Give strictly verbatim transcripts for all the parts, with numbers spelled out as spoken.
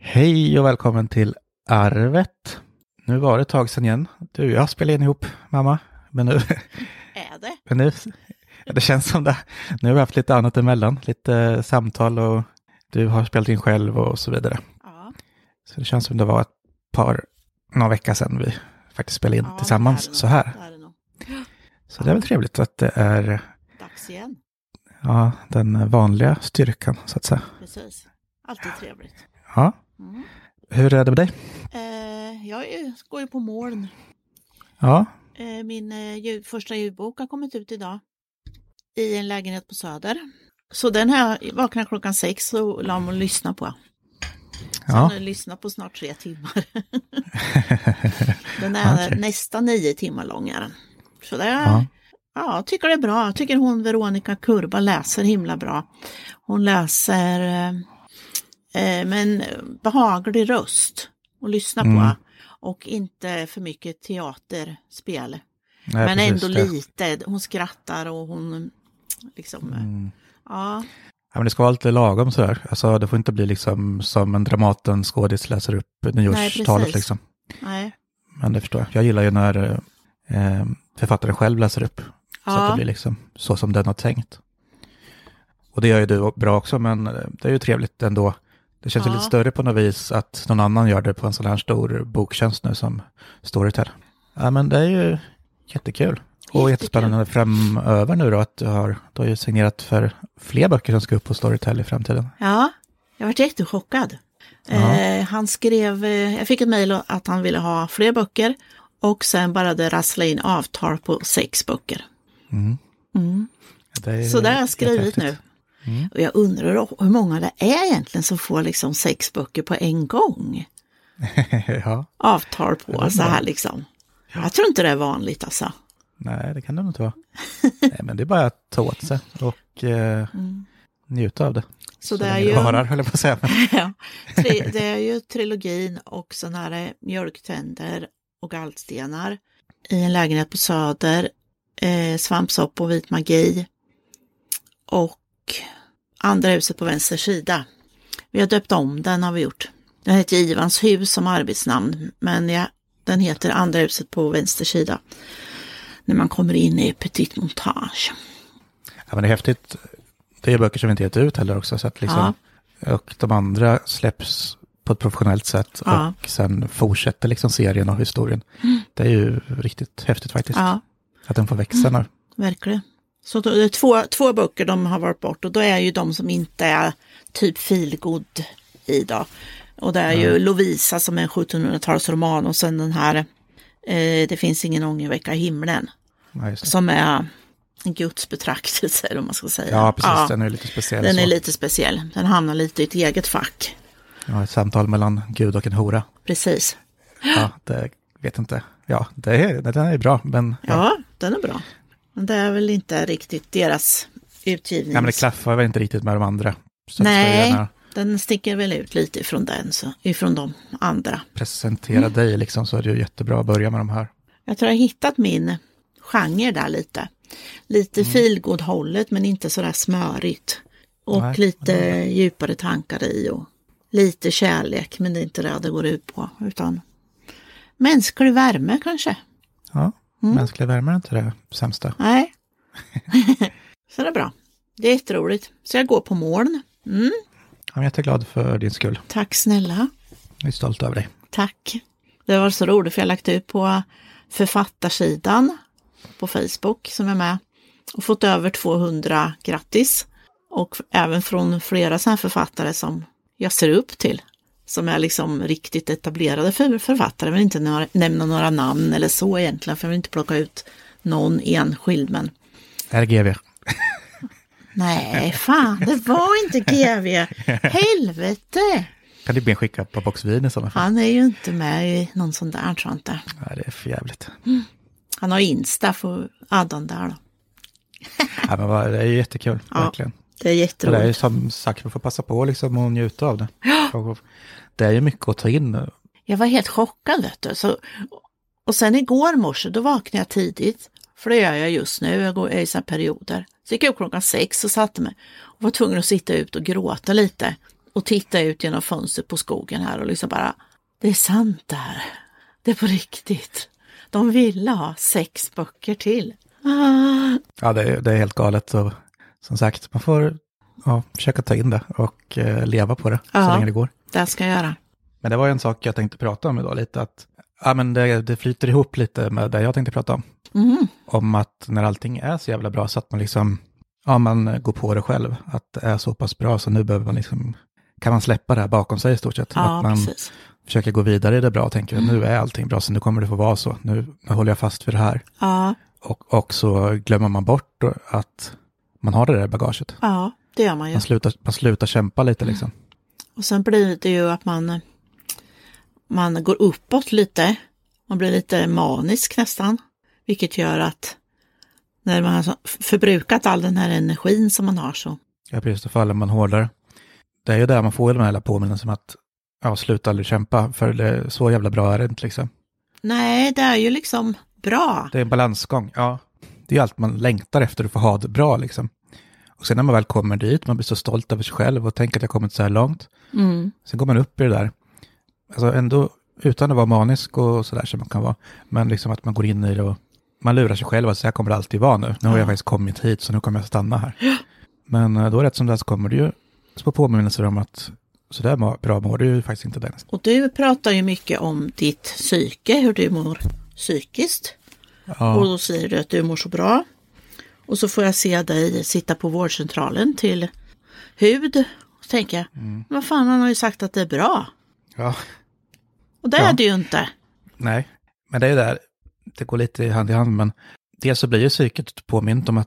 Hej och välkommen till Arvet. Nu var det ett tag sedan igen. Du och jag spelade in ihop, mamma. Men nu... Är det? Men nu... Det känns som det. Nu har vi haft lite annat emellan. Lite samtal och du har spelat in själv och så vidare. Ja. Så det känns som det var ett par, några veckor sedan vi faktiskt spelade in Ja, tillsammans det så här. Det är det nog. Så det är väl trevligt att det är Dags igen. ja, den vanliga styrkan så att säga. Precis. Alltid trevligt. Ja. Mm. Hur är det med dig? Eh, jag är, går ju på moln. Ja. Eh, min eh, ljud, första ljudbok har kommit ut idag. I en lägenhet på Söder. Så den här vaknade klockan sex och la mig och lyssna på. Så Ja. jag lyssnat på snart tre timmar. Den är Okej. nästan nio timmar lång. Är den. Så det är, Ja. ja, jag tycker det är bra. Jag tycker hon Veronica Kurba läser himla bra. Hon läser eh, med en behaglig röst att lyssna Mm. på. Och inte för mycket teaterspel. Nej, Men precis, ändå det. lite. Hon skrattar och hon liksom... Mm. Ja, Ja, men det ska vara lite lagom sådär. Alltså det får inte bli liksom som en Dramaten skådis läser upp nyårstalet precis. liksom. nej. Men det förstår jag. Jag gillar ju när eh, författaren själv läser upp. Så att det Ja, blir liksom så som den har tänkt. Och det gör ju du bra också, men det är ju trevligt ändå. Det känns ju Ja. lite större på något vis att någon annan gör det på en sån här stor boktjänst nu som Storytel. Ja, men det är ju jättekul. Och Jättekul. jättespännande framöver nu då att du har, du har ju signerat för fler böcker som ska upp på Storytel i framtiden. ja, jag var jättechockad. Ja. Eh, han skrev, eh, jag fick ett mejl att han ville ha fler böcker. Och sen bara det rasslade in avtal på sex böcker. Mm. Mm. Det är Så det har jag skrivit nu. jättehäftigt. Mm. Och jag undrar hur många det är egentligen som får liksom sex böcker på en gång. Ja, Avtal Det på är så bra. här liksom. Jag tror inte det är vanligt alltså. nej det kan det nog inte vara. Nej, men det är bara att ta åt sig och eh, Mm. njuta av det. Så det är länge ju... varar, höll jag på att säga. Ja, tre, det är ju trilogin och sån här mjölktänder och gallstenar i en lägenhet på Söder, eh, svampsopp och vit magi och andra huset på vänster sida. Vi har döpt om den har vi gjort. Den heter Ivans hus som arbetsnamn, men ja, den heter andra huset på vänster sida när man kommer in i Petit Montage. Ja, men det är häftigt. Det är böcker som inte gett ut heller också. Så att liksom, och de andra släpps på ett professionellt sätt Ja. och sen fortsätter liksom serien och historien. Det är ju riktigt häftigt faktiskt. Ja, Att den får växa nu. verkligen. Så då, det är två, två böcker de har varit bort och då är ju de som inte är typ feelgood i då. Och det är ju Lovisa som är en sjuttonhundratalsroman och sen den här eh, Det finns ingen ångervecka i himlen Ja, just det. som är en Guds betraktelse eller vad man ska säga. Ja, precis. Den är lite speciell. den är så. lite speciell. Den hamnar lite i ett eget fack. Ja, ett samtal mellan Gud och en hora. Precis. Ja, det vet inte. Ja, det är, den är bra, men... Ja, Ja. den är bra. Men det är väl inte riktigt deras utgivning. Ja, men det klaffar väl inte riktigt med de andra. Så Nej. jag ska gärna Den sticker väl ut lite ifrån den, så, ifrån de andra. presentera dig liksom, så är det ju jättebra att börja med de här. Jag tror jag har hittat min genre där lite. Lite mm. feelgood-hållet men inte sådär smörigt. Och Nej, lite det djupare tankar i och lite kärlek, men det är inte det det går ut på. Utan mänsklig värme kanske. Ja, Mm. mänsklig värme är inte det sämsta. Nej. Så det är bra. Det är jätteroligt. Så jag går på moln. Mm. Jag är jätteglad för din skull. Tack snälla. Jag är stolt över dig. Tack. Det var så roligt för jag har lagt ut på författarsidan på Facebook som är med och fått över tvåhundra grattis. Och även från flera sådana författare som jag ser upp till. Som är liksom riktigt etablerade för författare. Jag vill inte några, nämna några namn eller så egentligen. För jag vill inte plocka ut någon enskild. Men R G V. nej, fan, det var inte G V. Helvete! Kan du be skicka på boxvin i sådana fall? Han är ju inte med i någon sån där, tror jag inte. Nej, det är för jävligt. Mm. Han har Insta för Adam där då. Ja, men vad- det är ju jättekul, Ja, verkligen. Det är Och jätteroligt. det är ju som sagt, man får passa på liksom och njuta av det. Och det är ju mycket att ta in. Jag var helt chockad, vet du. Så, och sen igår morse, då vaknade jag tidigt. För det gör jag just nu, jag går i sådana perioder. Så gick jag upp klockan sex och satte mig. Och var tvungen att sitta ut och gråta lite. och titta ut genom fönstret på skogen här och liksom bara, det är sant det här. Det är på riktigt. De ville ha sex böcker till. Ah. Ja, det är, det är helt galet. Och som sagt, man får ja, försöka ta in det och eh, leva på det Ja, så länge det går. Det ska jag göra. Men det var ju en sak jag tänkte prata om idag lite. Att, ja, men det, det flyter ihop lite med det jag tänkte prata om. Mm. Om att när allting är så jävla bra så att man liksom, ja, man går på det själv. Att det är så pass bra så nu behöver man liksom, kan man släppa det här bakom sig i stort sett. Ja, att man precis. försöker gå vidare i det bra och tänker att nu är allting bra så nu kommer det få vara så. Nu, nu håller jag fast vid det här. Ja. Och, och så glömmer man bort att man har det där bagaget. Ja, det gör man ju. Man slutar, man slutar kämpa lite liksom. Och sen blir det ju att man, man går uppåt lite. Man blir lite manisk nästan. Vilket gör att när man har förbrukat all den här energin som man har så. Ja, precis, då faller man hårdare. Det är ju där man får de här påminnelserna att ja, sluta aldrig kämpa. För det är så jävla bra är det inte liksom. Nej, det är ju liksom bra. Det är en balansgång, ja. Det är allt man längtar efter att få ha det bra liksom. Och sen när man väl kommer dit, man blir så stolt över sig själv och tänker att jag kommit så här långt. Mm. Sen går man upp i det där. Alltså ändå utan att vara manisk och sådär som man kan vara. Men liksom att man går in i det och man lurar sig själv att så här kommer det alltid vara nu. Nu har jag faktiskt kommit hit så nu kommer jag stanna här. Ja. Men då rätt som det så kommer det ju på påminnelser om att så där bra mår du ju faktiskt inte den. Och du pratar ju mycket om ditt psyke, hur du mår psykiskt. Ja. Och då säger du att du mår så bra. Och så får jag se dig sitta på vårdcentralen till hud. Och tänka, mm. vad fan, han har ju sagt att det är bra. Ja. Och det ja. är det ju inte. Nej, men det är ju där. Det går lite hand i hand, men dels så blir ju psyket påmint om att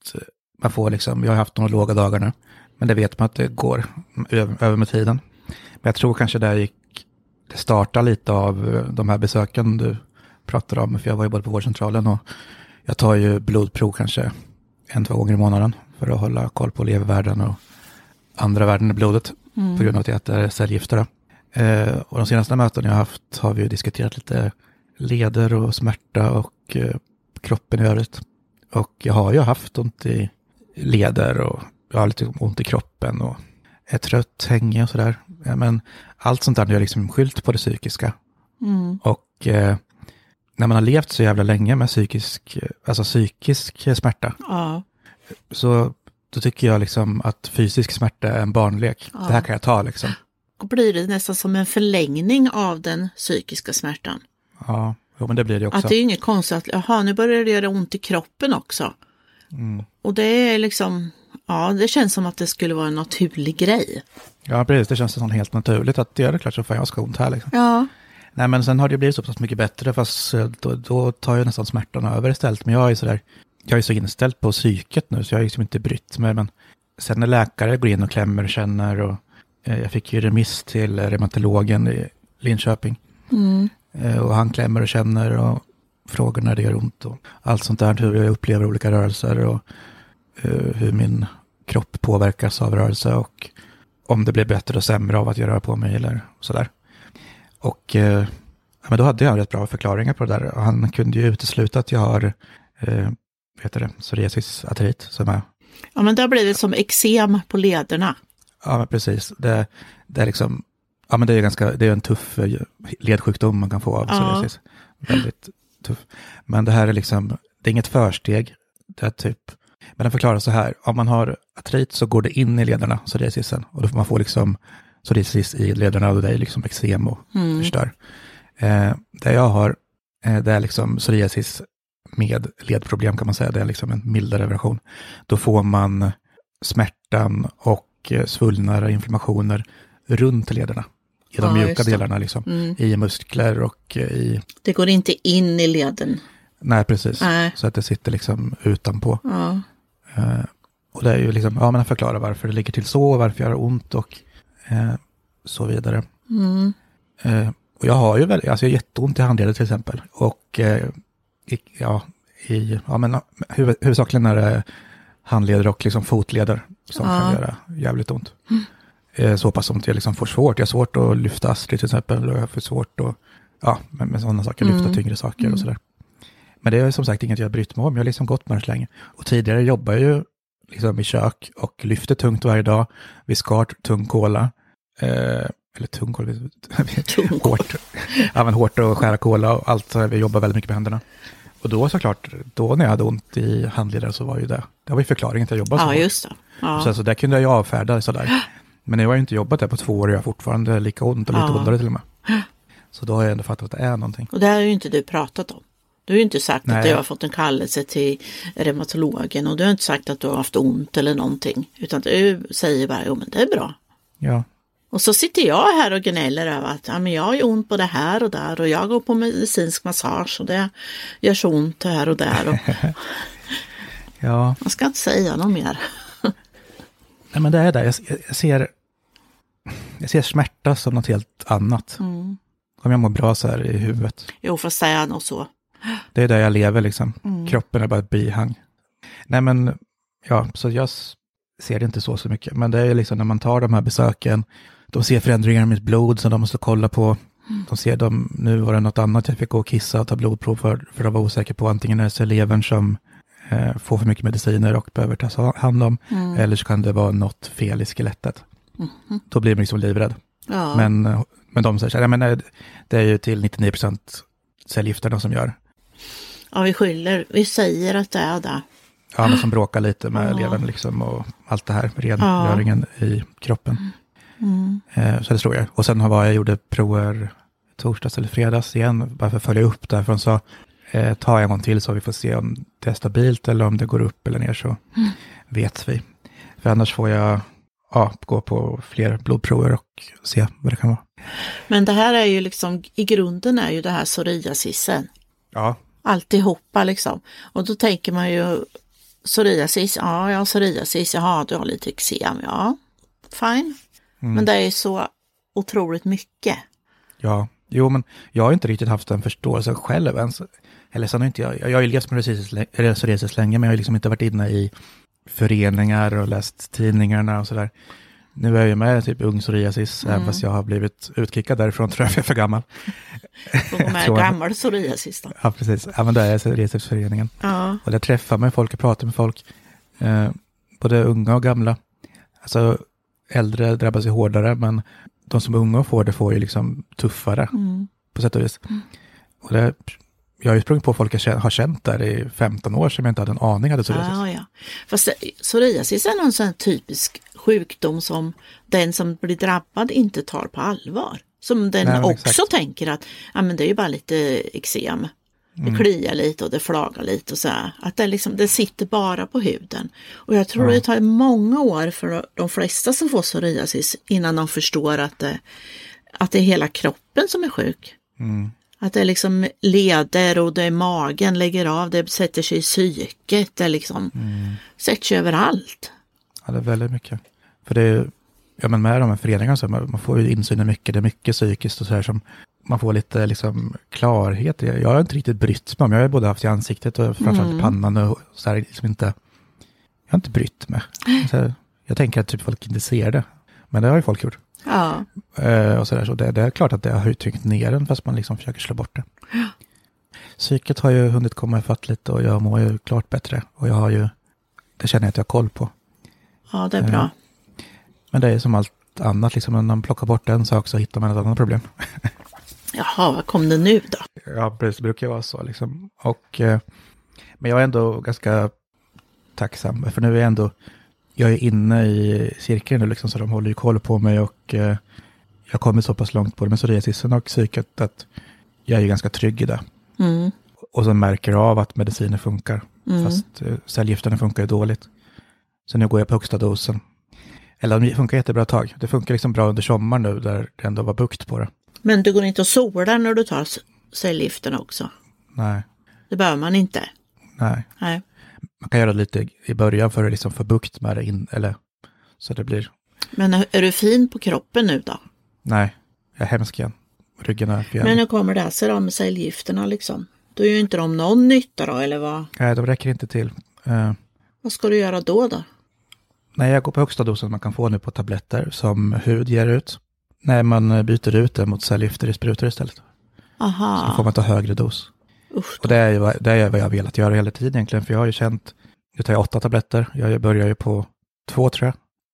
man får liksom, jag har haft några låga dagar nu, men det vet man att det går över, över med tiden. Men jag tror kanske där gick, det startar lite av de här besöken du pratade om, för jag var ju både på vårdcentralen och jag tar ju blodprov kanske en, två gånger i månaden för att hålla koll på levervärden och andra värden i blodet mm. på grund av att jag äter cellgifter. Eh, och de senaste mötena jag har haft har vi ju diskuterat lite leder och smärta och eh, kroppen i övrigt. Och jag har ju haft ont i leder och jag har lite ont i kroppen och är trött, hängig och sådär. Ja, men allt sånt där är liksom skylt på det psykiska. Mm. Och eh, när man har levt så jävla länge med psykisk, alltså psykisk smärta. Ja. Så då tycker jag liksom att fysisk smärta är en barnlek. Ja. Det här kan jag ta liksom. Då blir det nästan som en förlängning av den psykiska smärtan. Ja, jo, men det blir det också. Att det är inget konstigt att, jaha, nu börjar det göra ont i kroppen också. Mm. Och det är liksom, ja, det känns som att det skulle vara en naturlig grej. Ja, precis. Det känns som helt naturligt att det är det klart så fan jag ska ont här liksom. Ja. Nej, men sen har det blivit så pass mycket bättre, fast då, då tar jag nästan smärtan över istället. Men jag är så där, jag är så inställd på psyket nu, så jag är liksom inte brytt mig. Men sen när läkare går in och klämmer och känner, och eh, jag fick ju remiss till reumatologen i Linköping. Mm. Eh, och han klämmer och känner och frågar när det gör ont och allt sånt där, hur jag upplever olika rörelser och eh, hur min kropp påverkas av rörelse och om det blir bättre och sämre av att göra på mig eller sådär. Och eh, men då hade jag rätt bra förklaringar på det där. Han kunde ju utesluta att jag har eh, vet det, psoriasis artrit som är. Ja, men det har blivit som eksem på lederna. Ja, men precis. Det, det är liksom, ja men det är ganska, det är en tuff ledsjukdom man kan få av psoriasis. Ja. Väldigt tuff. Men det här är liksom, det är inget försteg. Det är typ, men den förklarar så här, om man har artrit så går det in i lederna, psoriasisen. Och då får man få liksom psoriasis i lederna och det är liksom eksem och mm. förstör. Eh, det jag har, eh, det är liksom psoriasis med ledproblem kan man säga. Det är liksom en mildare version. Då får man smärtan och eh, svullnare inflammationer runt lederna. I de ja, mjuka delarna liksom. Mm. I muskler och eh, i... Det går inte in i leden. Nej, precis. Nej. Så att det sitter liksom utanpå. Ja. Eh, och det är ju liksom, ja men förklara varför det ligger till så, varför jag har ont och eh, så vidare. Mm. Eh, och jag har ju väldigt, alltså jag har jätteont i handleder till exempel. Och eh, i, ja, i, ja men huvud, huvudsakligen är det handleder och liksom fotleder som ja. kan göra jävligt ont. Mm. Eh, så pass ont jag liksom får svårt. Jag har svårt att lyfta Astrid till exempel. Och jag får svårt att, ja, med, med sådana saker, lyfta mm. tyngre saker mm. och sådär. Men det är som sagt inget jag brytt mig om. Jag har liksom gått med det så länge. Och tidigare jobbar jag ju liksom i kök och lyfter tungt varje dag. Vi skar tung kola. Eh, eller tungkål. hårt. Ja, men hårt att skära kola och allt. Vi jobbar väldigt mycket med händerna. Och då såklart, då när jag hade ont i handleden så var ju det. Det var ju förklaringen till att jobba så. Ja, just det. Ja. Så, så där kunde jag ju avfärda sådär. Men jag har ju inte jobbat där på två år och jag har fortfarande lika ont och lite ja. ondare till och med. Så då har jag ändå fattat att det är någonting. Och det har ju inte du pratat om. Du har ju inte sagt Nej. att du har fått en kallelse till reumatologen och du har inte sagt att du har haft ont eller någonting. Utan du säger bara, jo men det är bra. Ja. Och så sitter jag här och gnäller över att ja, men jag har ju ont på det här och där och jag går på medicinsk massage och det gör så ont här och där. Och... ja. Man ska inte säga något mer. Nej men det är det. Jag, jag, ser, jag ser smärta som något helt annat. Mm. Om jag mår bra så här i huvudet. Jo, fast säga nog så. Det är där jag lever liksom. Mm. Kroppen är bara ett bihang. Nej men, ja, så jag ser det inte så så mycket. Men det är liksom när man tar de här besöken. De ser förändringar i mitt blod som de måste kolla på. Mm. De ser dem, nu var det något annat jag fick gå och kissa och ta blodprov för. För att vara osäker på antingen är det levern som eh, får för mycket mediciner och behöver tas hand om. Mm. Eller så kan det vara något fel i skelettet. Mm. Då blir man liksom livrädd. Ja. Men, men de säger så här, men det är ju till nittionio procent cellgifterna som gör. Ja, vi skyller. Vi säger att det är det. Ja, men som bråkar lite med ja. levern liksom och allt det här, rengöringen ja. i kroppen. Mm. Eh, så det tror jag. Och sen var jag gjorde prover torsdags eller fredags igen, bara för att följa upp där. För de sa, eh, ta en gång till så vi får se om det är stabilt eller om det går upp eller ner så mm. vet vi. För annars får jag ja, gå på fler blodprover och se vad det kan vara. Men det här är ju liksom, i grunden är ju det här psoriasisen. Ja. Alltihopa liksom. Och då tänker man ju, psoriasis, ja jag har psoriasis, jaha du har lite eksem, ja, fine. Mm. Men det är så otroligt mycket. Ja, jo men jag har inte riktigt haft den förståelsen själv ens. Eller så har inte jag, jag har ju levt med psoriasis länge men jag har liksom inte varit inne i föreningar och läst tidningarna och sådär. Nu är jag ju med typ ung psoriasis, mm. även fast jag har blivit utkickad därifrån tror jag jag är för gammal. Och med gammal psoriasis då? Ja, precis. Ja, men det är psoriasisföreningen. Ja. Och där träffar man folk och pratar med folk, eh, både unga och gamla. Alltså äldre drabbas ju hårdare, men de som är unga får det får ju liksom tuffare mm. på sätt och vis. Mm. Och det, jag har ju sprungit på folk jag har känt där i femton år som jag inte hade en aning hade psoriasis. Ja, ja. Fast psoriasis är någon sån typisk sjukdom som den som blir drabbad inte tar på allvar. Som den Nej, också exakt. tänker att ja, men det är ju bara lite eksem. Det mm. kliar lite och det flagar lite och så här. Att det, liksom, det sitter bara på huden. Och jag tror ja. det tar många år för de flesta som får psoriasis innan de förstår att det, att det är hela kroppen som är sjuk. Mm. Att det är liksom leder och det är magen lägger av, det sätter sig i psyket, det liksom mm. sätter sig överallt. Ja, det är väldigt mycket. För det är, ja men med de här föreningarna så man, man får ju insyn i mycket, det är mycket psykiskt och så här som man får lite liksom klarhet. Jag har inte riktigt brytt mig om, jag har både haft i ansiktet och framförallt mm. pannan och så här liksom inte, jag har inte brytt mig. Så här, jag tänker att typ folk inte ser det, men det har ju folk gjort. Ja. Uh, och så där, så det, det är klart att det har tryckt ner den fast man liksom försöker slå bort det. Ja. Psyket har ju hunnit komma ifatt lite och jag mår ju klart bättre. Och jag har ju, det känner jag att jag har koll på. Ja, det är bra. Uh, men det är som allt annat, liksom när man plockar bort en sak så hittar man ett annat problem. Jaha, vad kom det nu då? Ja, precis, det brukar vara så liksom. Och, uh, men jag är ändå ganska tacksam, för nu är jag ändå jag är inne i cirkeln nu liksom, så de håller ju koll på mig och eh, jag kommer så pass långt både med psoriasisen och psyket att jag är ju ganska trygg i det. Mm. Och så märker jag av att mediciner funkar, mm. fast eh, cellgifterna funkar ju dåligt. Så nu går jag på högsta dosen. Eller det funkar jättebra ett tag. Det funkar liksom bra under sommaren nu där det ändå var bukt på det. Men du går inte och solar när du tar cellgifterna också? Nej. Det behöver man inte? Nej. Nej. Man kan göra det lite i början för att liksom få bukt med det in, eller så det blir. Men är du fin på kroppen nu då? Nej, jag är hemsk igen. Ryggen är fjärn. Men hur kommer det sig då med cellgifterna liksom? Då är ju inte de någon nytta då, eller vad? Nej, de räcker inte till. Uh, vad ska du göra då då? Nej, jag går på högsta dosen man kan få nu på tabletter som hud ger ut. Nej, man byter ut det mot cellgifter i sprutor istället. Aha. Så får man ta högre dos. Usch. Och det är, ju, det är vad jag har velat göra hela tiden egentligen. För jag har ju känt, nu tar jag åtta tabletter. Jag börjar ju på två tror jag.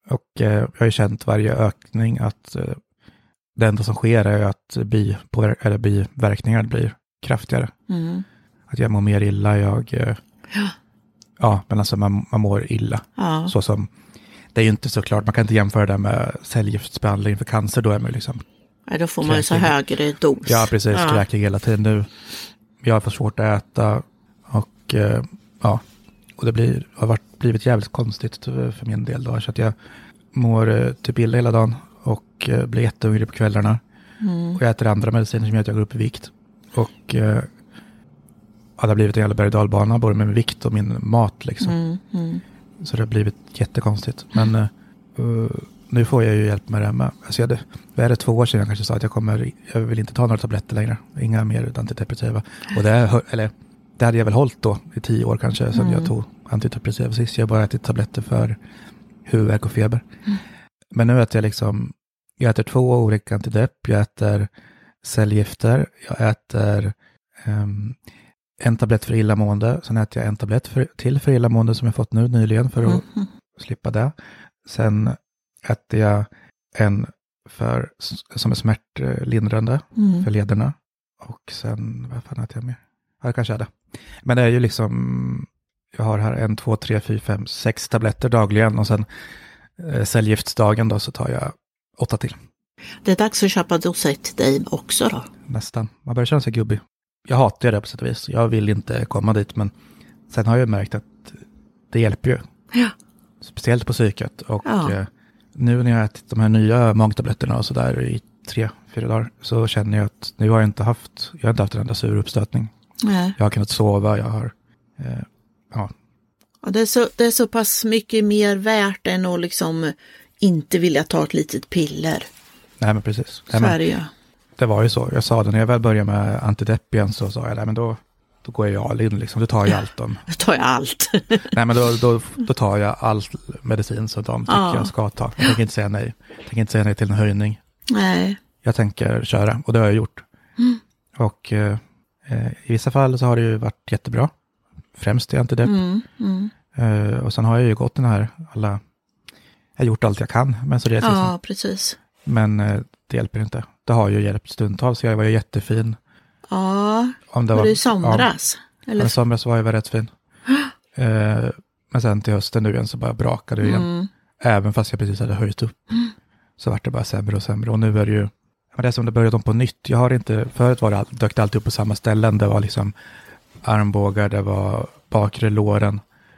Och eh, jag har ju känt varje ökning att eh, det enda som sker är att bipåver- eller biverkningar blir kraftigare. Mm. Att jag mår mer illa, jag... Eh, Ja. Ja, men alltså man, man mår illa. Ja. Så som, det är ju inte så klart, man kan inte jämföra det med cellgiftsbehandling för cancer, då är man liksom... Ja, då får man ju så högre dos. Ja, precis, Ja. kräkig hela tiden nu. Jag har fått svårt att äta och eh, ja, och det blir, har varit, blivit jävligt konstigt för min del då, så att jag mår eh, typ illa hela dagen och eh, blir jättehungrig på kvällarna. Mm. Och jag äter andra mediciner som gör att jag går upp i vikt. Och eh, ja, det har blivit en jävla berg- och dalbana både med min vikt och min mat liksom. Mm. Mm. Så det har blivit jättekonstigt. Men uh, nu får jag ju hjälp med det med. Alltså jag hade, vad är det, två år sedan jag kanske sa att jag kommer, jag vill inte ta några tabletter längre. Inga mer antidepressiva. Och det, eller, det hade jag väl hållit då i tio år kanske sedan mm. jag tog antidepressiva sist. Jag har bara ätit tabletter för huvudvärk och feber. Mm. Men nu äter jag liksom, jag äter två olika antidepp. Jag äter cellgifter. Jag äter um, en tablett för illamående. Sen äter jag en tablett för, till för illamående som jag fått nu nyligen för att mm. slippa det. Sen äter jag en för, som är smärtlindrande mm. för lederna. Och sen, vad fan äter jag mer? Ja, det kanske är det. Men det är ju liksom, jag har här en, två, tre, fyra, fem, sex tabletter dagligen. Och sen eh, cellgiftsdagen då så tar jag åtta till. Det är dags att köpa dosett till dig också då? Nästan. Man börjar känna sig gubbig. Jag hatar det på sätt och vis. Jag vill inte komma dit, men sen har jag märkt att det hjälper ju. Ja. Speciellt på psyket. Och ja. eh, nu när jag har ätit de här nya magtabletterna och sådär i tre, fyra dagar så känner jag att nu har jag inte haft, jag har inte haft en enda sur uppstötning. Nej. Jag har kunnat sova, jag har, eh, ja. Och det, är så, det är så pass mycket mer värt än att liksom inte vilja ta ett litet piller. Nej, men precis. Så är det ju. Det var ju så. Jag sa det när jag väl började med antidepp igen så sa jag, nej men då, då går jag all in liksom. Då tar jag allt om. Då tar jag allt. Nej men då, då, då tar jag all medicin som de tycker ja. jag ska ta. Jag tänker inte säga nej. Jag tänker inte säga nej till en höjning. Nej. Jag tänker köra och det har jag gjort. Mm. Och eh, i vissa fall så har det ju varit jättebra. Främst i antidepp. Mm. Mm. Eh, och sen har jag ju gått den här alla, jag har gjort allt jag kan. Men så det är ja, precis. Men eh, det hjälper inte. Det har ju hjälpt stundtals. Så jag var ju jättefin. Ja, Om det var var det i somras? Ja, eller? I somras var jag väl rätt fin. eh, men sen till hösten nu igen så bara brakade det igen. Mm. Även fast jag precis hade höjt upp. Mm. Så var det bara sämre och sämre. Och nu är det ju, det är som det började om på nytt. Jag har inte, förut var det, dök det alltid upp på samma ställen. Det var liksom armbågar, det var bakre låren.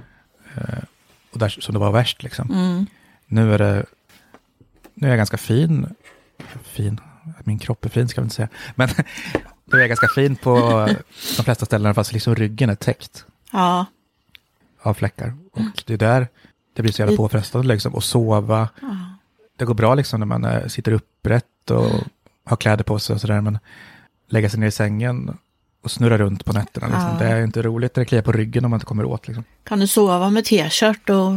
Eh, och där som det var värst liksom. Mm. Nu är det, nu är jag ganska fin. Fin. Min kropp är fin ska jag inte säga. Men nu är jag ganska fin på de flesta ställen fast liksom ryggen är täckt. Ja. Av fläckar. Och det är där det blir så jävla påfrestande liksom. Och sova. Ja. Det går bra liksom när man är, sitter upprätt och mm. har kläder på sig och sådär. Men lägga sig ner i sängen och snurra runt på nätterna. Liksom. Ja. Det är inte roligt när det kliar på ryggen om man inte kommer åt. Liksom. Kan du sova med t-shirt och...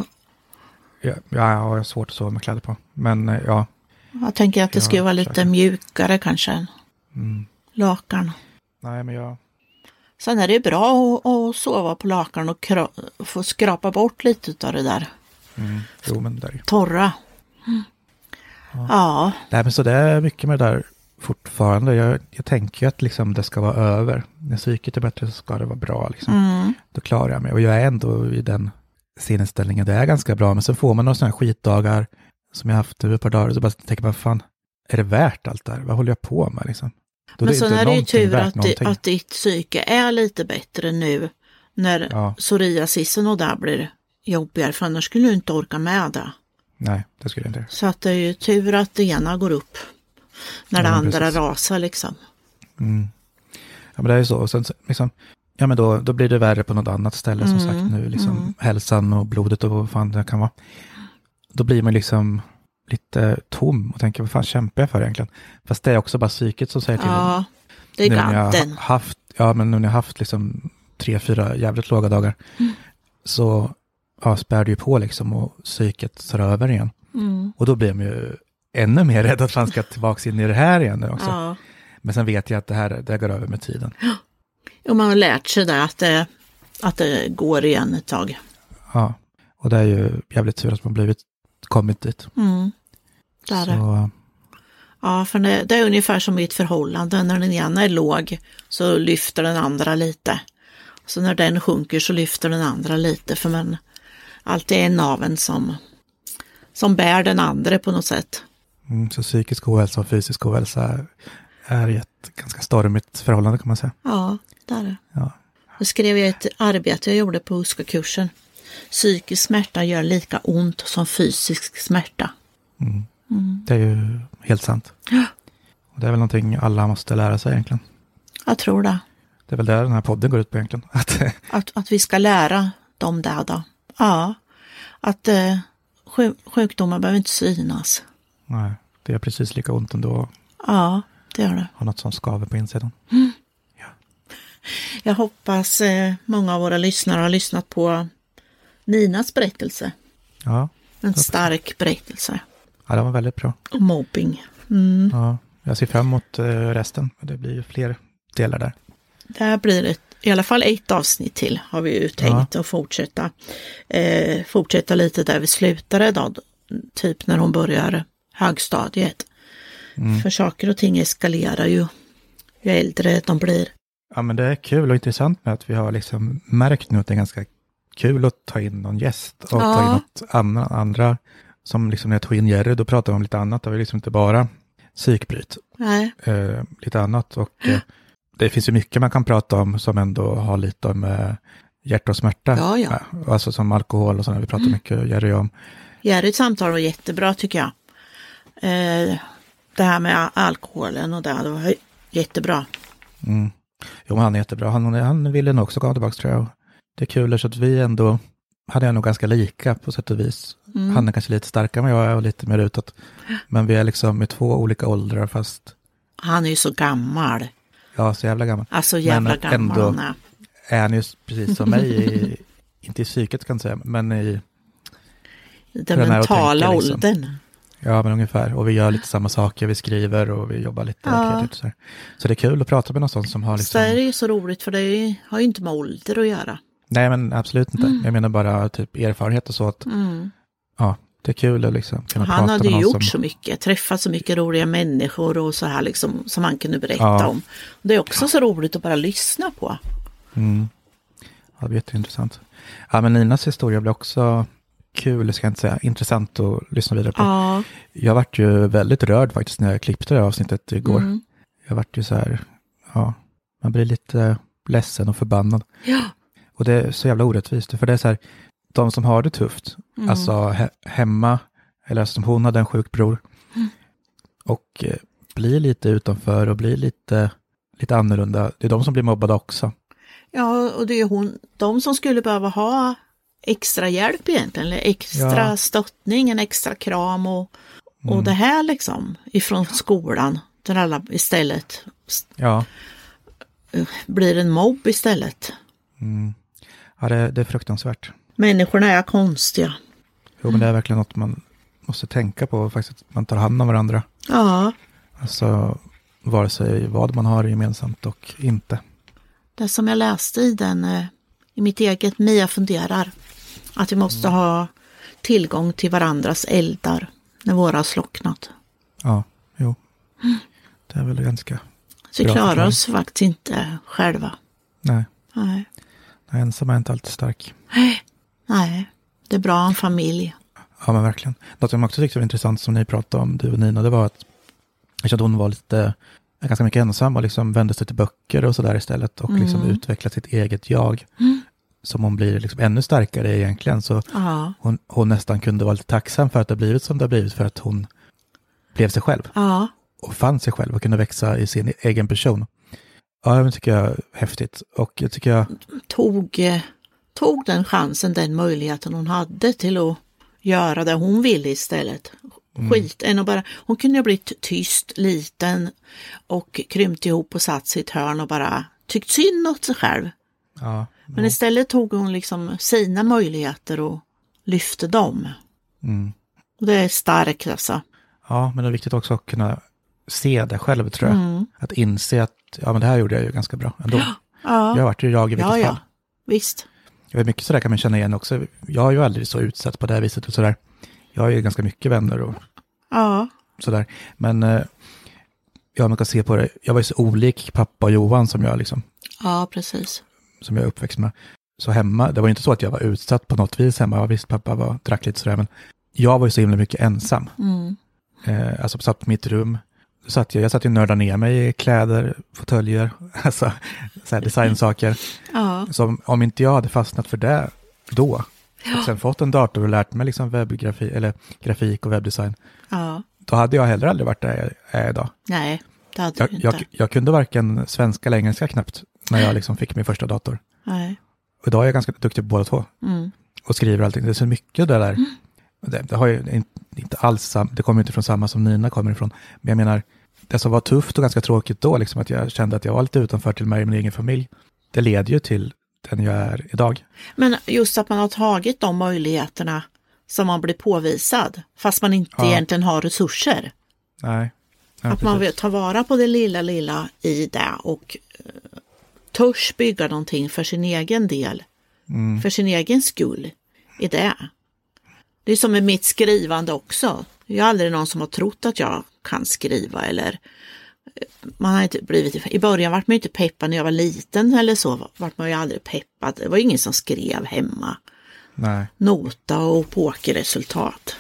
Ja, jag har svårt att sova med kläder på. Men ja. Jag tänker att det ska vara lite försöker. mjukare kanske än mm. lakan. Nej, men jag... Sen är det bra att, att sova på lakan och kra- få skrapa bort lite av det där. Mm. Jo, men där. Torra. Mm. Ja. ja. Nej, men så det är mycket med det där fortfarande. Jag, jag tänker att liksom det ska vara över. När psyket är bättre så ska det vara bra. Liksom. Mm. Då klarar jag mig. Och jag är ändå i den sinnesställningen. Det är ganska bra. Men så får man några sådana här skitdagar som jag haft ett par dagar. Så bara tänker man, fan, är det värt allt där? Vad håller jag på med liksom? Då men så är det ju tur att, det, att ditt psyke är lite bättre nu. När ja. psoriasisen och där blir jobbigare. För annars skulle du inte orka med det. Nej, det skulle jag inte. Så att det är ju tur att det ena går upp. När det ja, andra precis. rasar liksom. Mm. Ja, men det är ju så. Och sen liksom, ja men då, då blir det värre på något annat ställe mm. som sagt nu. Liksom mm. hälsan och blodet och vad fan det kan vara. Då blir man liksom lite tom och tänker, vad fan kämpar jag för egentligen? Fast det är också bara psyket som säger till ja, det är gadden. Haft, ja, men nu när jag har haft liksom tre, fyra jävligt låga dagar mm. så ja, spär det ju på liksom och psyket tar över igen. Mm. Och då blir man ju ännu mer rädd att man ska tillbaka in i det här igen också. Ja. Men sen vet jag att det här det går över med tiden. Och man har lärt sig där att det, att det går igen ett tag. Ja, och det är ju jävligt tur att man blivit kommit dit. Mm. Där är. Så, Ja, för det, det är ungefär som i ett förhållande. När den ena är låg så lyfter den andra lite. Så när den sjunker så lyfter den andra lite. För man alltid är en av en som, som bär den andra på något sätt. mm, så psykisk ohälsa och fysisk ohälsa är, är ett ganska stormigt förhållande kan man säga. Ja, där är det. Ja. Då skrev jag ett arbete jag gjorde på U S K A-kursen. Psykisk smärta gör lika ont som fysisk smärta. Mm. Mm. Det är ju helt sant. Ja. Och det är väl någonting alla måste lära sig egentligen. Jag tror det. Det är väl där den här podden går ut på egentligen. Att, Att, att vi ska lära dem det då. Ja. Att eh, sjuk, sjukdomar behöver inte synas. nej, det är precis lika ont ändå. Ja, det gör det. Ha något som skaver på insidan. Mm. Ja. Jag hoppas eh, många av våra lyssnare har lyssnat på Ninas berättelse. Ja. En stark berättelse Ja, det var väldigt bra. om mobbing. Mm. Ja, jag ser fram emot uh, resten. Det blir ju fler delar där. Det här blir ett, i alla fall ett avsnitt till har vi ju tänkt ja. att fortsätta. Eh, fortsätta lite där vi slutade då. Typ när hon börjar högstadiet. Mm. För saker och ting eskalerar ju ju äldre de blir. Ja, men det är kul och intressant med att vi har liksom märkt nu att det är ganska kul att ta in någon gäst och ja. ta in något andra, andra. Som liksom när jag tog in Jerry, då pratade vi om lite annat. Det var liksom inte bara psykbryt. Nej. Eh, lite annat. Och eh, det finns ju mycket man kan prata om som ändå har lite om eh, hjärta och smärta. Ja, ja. Eh, alltså som alkohol och sådär. Vi pratar mm. mycket Jerry om. Jerrys samtal var jättebra tycker jag. Eh, det här med alkoholen och det, det var jättebra. Mm. Jo, men han är jättebra. Han, han ville nog också gå tillbaka tror jag. Det är kul så att vi ändå hade jag nog ganska lika på sätt och vis. Mm. Han är kanske lite starkare än jag är och lite mer utåt. Men vi är liksom i två olika åldrar fast... Han är ju så gammal. Ja, så jävla gammal. Alltså jävla men gammal ändå han är. är han ju precis som mig, i, inte i psyket kan jag säga, men i... Den mentala tänka, liksom. Åldern. Ja, men ungefär. Och vi gör lite samma saker, vi skriver och vi jobbar lite ja. kreativt. Så, så det är kul att prata med någon sån som har liksom... Så är det ju så roligt för det har ju inte med ålder att göra. Nej, men absolut inte. Mm. Jag menar bara typ erfarenhet och så att mm. ja, det är kul att liksom kunna han prata med någon. Han hade gjort som... så mycket, träffat så mycket roliga människor och så här liksom som han kunde berätta ja. om. Det är också så roligt att bara lyssna på. Mm. Ja, det blir jätteintressant. Ja, men Ninas historia blir också kul, ska jag inte säga, intressant att lyssna vidare på. Ja. Jag vart ju väldigt rörd faktiskt när jag klippte det här avsnittet igår. Mm. Jag vart ju så här, ja, man blir lite ledsen och förbannad. Ja. Och det är så jävla orättvist, för det är så här, de som har det tufft, mm. alltså he- hemma, eller som hon hade en sjuk bror, mm. och eh, blir lite utanför och blir lite, lite annorlunda, det är de som blir mobbade också. Ja, och det är hon, de som skulle behöva ha extra hjälp egentligen, eller extra ja. stöttning, en extra kram och, och mm. det här liksom, ifrån skolan, där alla istället ja. blir en mobb istället. Mm. Ja, det, det är fruktansvärt. Människorna är konstiga. Jo, men det är verkligen något man måste tänka på, faktiskt, att man tar hand om varandra. Ja. Alltså, vare sig vad man har gemensamt och inte. Det som jag läste i den, i mitt eget Mia funderar, att vi måste mm. ha tillgång till varandras eldar när våra har slocknat. Ja, jo. Mm. Det är väl ganska så vi klarar förklar. oss faktiskt inte själva. Nej. Nej. Nej, ensam är inte alltid stark. Nej. Nej, det är bra en familj. Ja, men verkligen. Något som jag också tyckte var intressant som ni pratade om, du och Nina, det var att jag kände att hon var lite, ganska mycket ensam och liksom vände sig till böcker och sådär istället och mm. liksom utvecklade sitt eget jag. Mm. Som hon blir liksom ännu starkare egentligen. Så hon, hon nästan kunde vara lite tacksam för att det har blivit som det har blivit, för att hon blev sig själv. Ja. Och fann sig själv och kunde växa i sin egen person. Ja, det tycker jag är häftigt. Och jag tycker jag... Tog, tog den chansen, den möjligheten hon hade till att göra det hon ville istället. Mm. Skit, än att bara, hon kunde ha blivit tyst, liten och krympt ihop och satt sitt hörn och bara tyckt synd åt sig själv. Ja, men ja. istället tog hon liksom sina möjligheter och lyfte dem. Mm. Och det är starkt alltså. Ja, men det är viktigt också att kunna se det själv, tror jag. Mm. Att inse att ja, men det här gjorde jag ju ganska bra ändå. Ja. Jag har varit ju jag i vilket ja, ja. fall. Visst. Jag vet mycket sådär kan man känna igen också. Jag är ju aldrig så utsatt på det här viset och sådär. Jag har ju ganska mycket vänner och Ja. sådär. Men eh, ja, man kan se på det. Jag var ju så olik pappa och Johan som jag liksom. Ja, precis. Som jag är uppväxt med. Så hemma, det var ju inte så att jag var utsatt på något vis hemma. Ja, visst, pappa var, drack lite sådär, men jag var ju så himla mycket ensam. Mm. Eh, alltså satt på mitt rum. Satt jag, jag satt ju nördade ner mig i kläder, fåtöljer, alltså så här designsaker. Ja. Så om inte jag hade fastnat för det då, och sen fått en dator och lärt mig liksom webbgrafi, eller grafik och webbdesign, Ja. då hade jag heller aldrig varit där jag är idag. Nej, det hade Jag, du inte. jag, jag kunde varken svenska eller engelska knappt när jag liksom fick min första dator. Nej. Och idag är jag ganska duktig på båda två. Mm. Och skriver allting. Det är så mycket det där. Mm. Det, det har ju inte, inte alls sam, det kommer inte från samma som Nina kommer ifrån. Men jag menar, det som var tufft och ganska tråkigt då, liksom att jag kände att jag var lite utanför till mig i min egen familj, det leder ju till den jag är idag. Men just att man har tagit de möjligheterna som man blir påvisad, fast man inte Ja. egentligen har resurser. Nej. Ja, att precis. man vill ta vara på det lilla, lilla i det och uh, törs bygga någonting för sin egen del, Mm. för sin egen skull i det. Det är som med mitt skrivande också. Jag är aldrig någon som har trott att jag kan skriva eller man har inte blivit, i början var man ju inte peppad när jag var liten eller så, var man ju aldrig peppad. Det var ingen som skrev hemma. Nej. Nota och pokerresultat.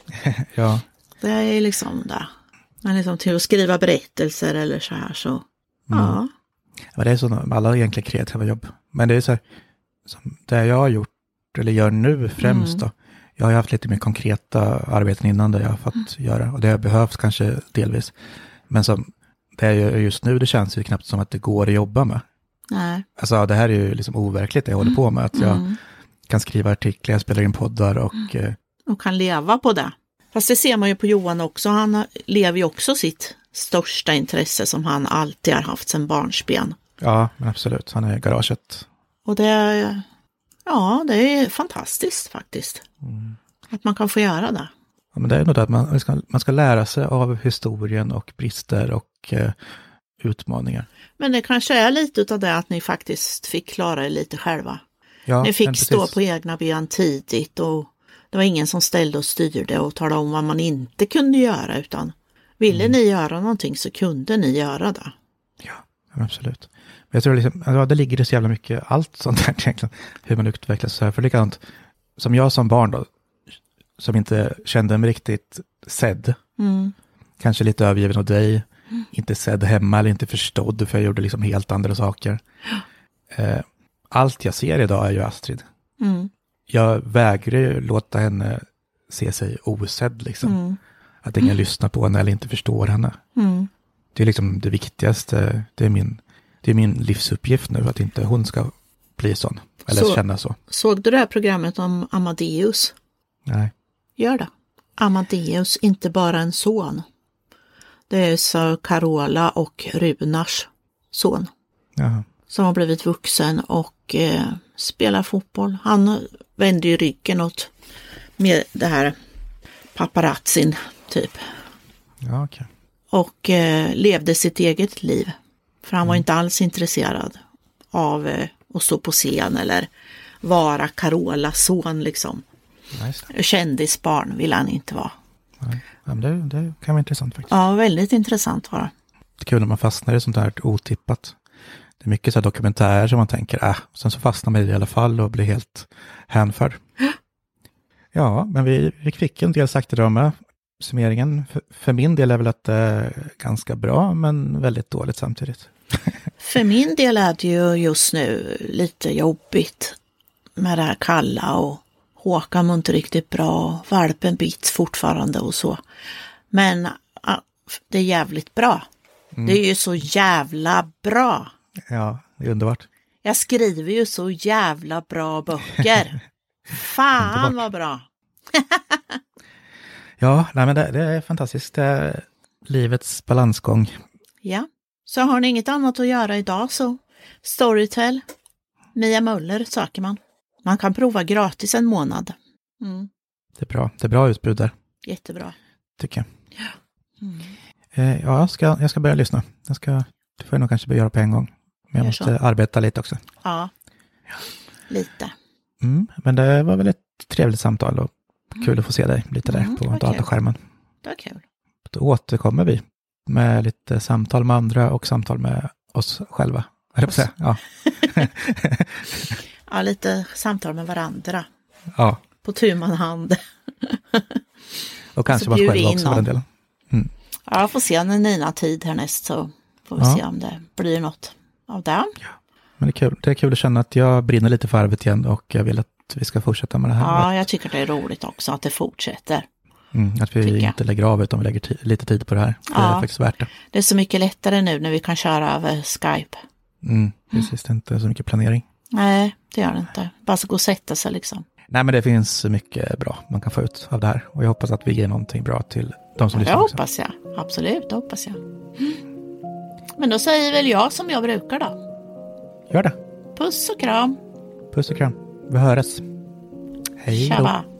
Ja. Det är liksom det. Men liksom till att skriva berättelser eller så här så, ja. Ja, det är så med alla egentligen kreativa jobb. Men det är så här, som det jag har gjort, eller gör nu främst Mm. då. Jag har ju haft lite mer konkreta arbeten innan där jag har fått mm. göra. Och det har behövts kanske delvis. Men som det är ju just nu, det känns ju knappt som att det går att jobba med. Nej. Alltså det här är ju liksom overkligt det jag håller på med. Att jag Mm. kan skriva artiklar, jag spelar in poddar och... Mm. Eh, och kan leva på det. Fast det ser man ju på Johan också. Han har, lever ju också sitt största intresse som han alltid har haft sedan barnsben. ja, men absolut. Han är i garaget. Och det är, ja, det är fantastiskt faktiskt. Mm. Att man kan få göra det. Ja, men det är nog det att man ska, man ska lära sig av historien och brister och eh, utmaningar. Men det kanske är lite av det att ni faktiskt fick klara er lite själva. Ja, ni fick men stå precis. på egna ben tidigt och det var ingen som ställde och styrde och talade om vad man inte kunde göra, utan ville mm. ni göra någonting så kunde ni göra det. Ja, absolut. Men jag tror liksom, ja, det ligger det så jävla mycket allt sånt där egentligen, hur man utvecklas så här. För likadant som jag som barn då, som inte kände mig riktigt sedd, Mm. kanske lite övergiven av dig, Mm. inte sedd hemma eller inte förstådd för jag gjorde liksom helt andra saker. Eh, allt jag ser idag är ju Astrid. Mm. Jag vägrar ju låta henne se sig osedd liksom. Mm. Att ingen mm. lyssnar på henne eller inte förstår henne. Mm. Det är liksom det viktigaste. Det är min, det är min livsuppgift nu att inte hon ska bli sån. Eller så, känna så. Såg du det här programmet om Amadeus? Nej. Gör det. Amadeus, inte bara en son. Det är så Carola och Runars son. Jaha. Som har blivit vuxen och eh, spelar fotboll. Han vände ju ryggen åt med det här paparazzin typ. Ja, okej. Och eh, levde sitt eget liv. För han Mm. var inte alls intresserad av eh, att stå på scen eller vara Carolas son liksom. Nice. Kändisbarn vill han inte vara. Nej. Ja, men det, det kan vara intressant faktiskt. Ja, väldigt intressant var det. Det är kul när man fastnar i sånt här otippat. Det är mycket så här dokumentärer som man tänker, äh, sen så fastnar man i det i alla fall och blir helt hänförd. Ja, men vi, vi fick en del sagt idag med. Summeringen för, för min del är väl att det är ganska bra, men väldigt dåligt samtidigt. För min del är det ju just nu lite jobbigt med det här kalla och Håkan var inte riktigt bra, valpen bits fortfarande och så. Men ja, det är jävligt bra. Mm. Det är ju så jävla bra. Ja, det är underbart. Jag skriver ju så jävla bra böcker. Fan vad bra. Ja, nej, men det, det är fantastiskt. Det är livets balansgång. Ja, så har ni inget annat att göra idag så Storytel, Mia Möller söker man. Man kan prova gratis en månad. Mm. Det är bra. Det är bra utbud där. Jättebra. Tycker jag. Ja, mm. eh, ja jag, ska, jag ska börja lyssna. Jag ska, det får jag nog kanske börja göra på en gång. Men jag måste så. arbeta lite också. Ja, lite. Mm, men det var väl ett trevligt samtal och kul att få se dig lite där Mm, på vad dataskärmen. Det var kul. Då återkommer vi med lite samtal med andra och samtal med oss själva. Eller på säga. Ja. Ja, lite samtal med varandra. Ja. På tu man hand. Och kanske Så vara bjuder själva in också för den delen. Mm. Ja, jag får se när Nina tid härnäst så får vi Ja. se om det blir något av det. Men det är kul. Det är kul att känna att jag brinner lite för arvet igen och jag vill att vi ska fortsätta med det här. Ja, jag tycker det är roligt också att det fortsätter. Mm, att vi tycker jag. inte lägger av utan vi lägger ti- lite tid på det här. För Ja. Det är faktiskt värt det. Det är så mycket lättare nu när vi kan köra över Skype. Mm, precis, det är inte så mycket planering. Nej, det gör det inte. Bara så gå och sätta sig liksom. Nej, men det finns mycket bra man kan få ut av det här. Och jag hoppas att vi ger någonting bra till de som Det lyssnar också. hoppas jag. Absolut, det hoppas jag. Men då säger väl jag som jag brukar då. Gör det. Puss och kram. Puss och kram. Vi hörs. Hej då. Tjaba.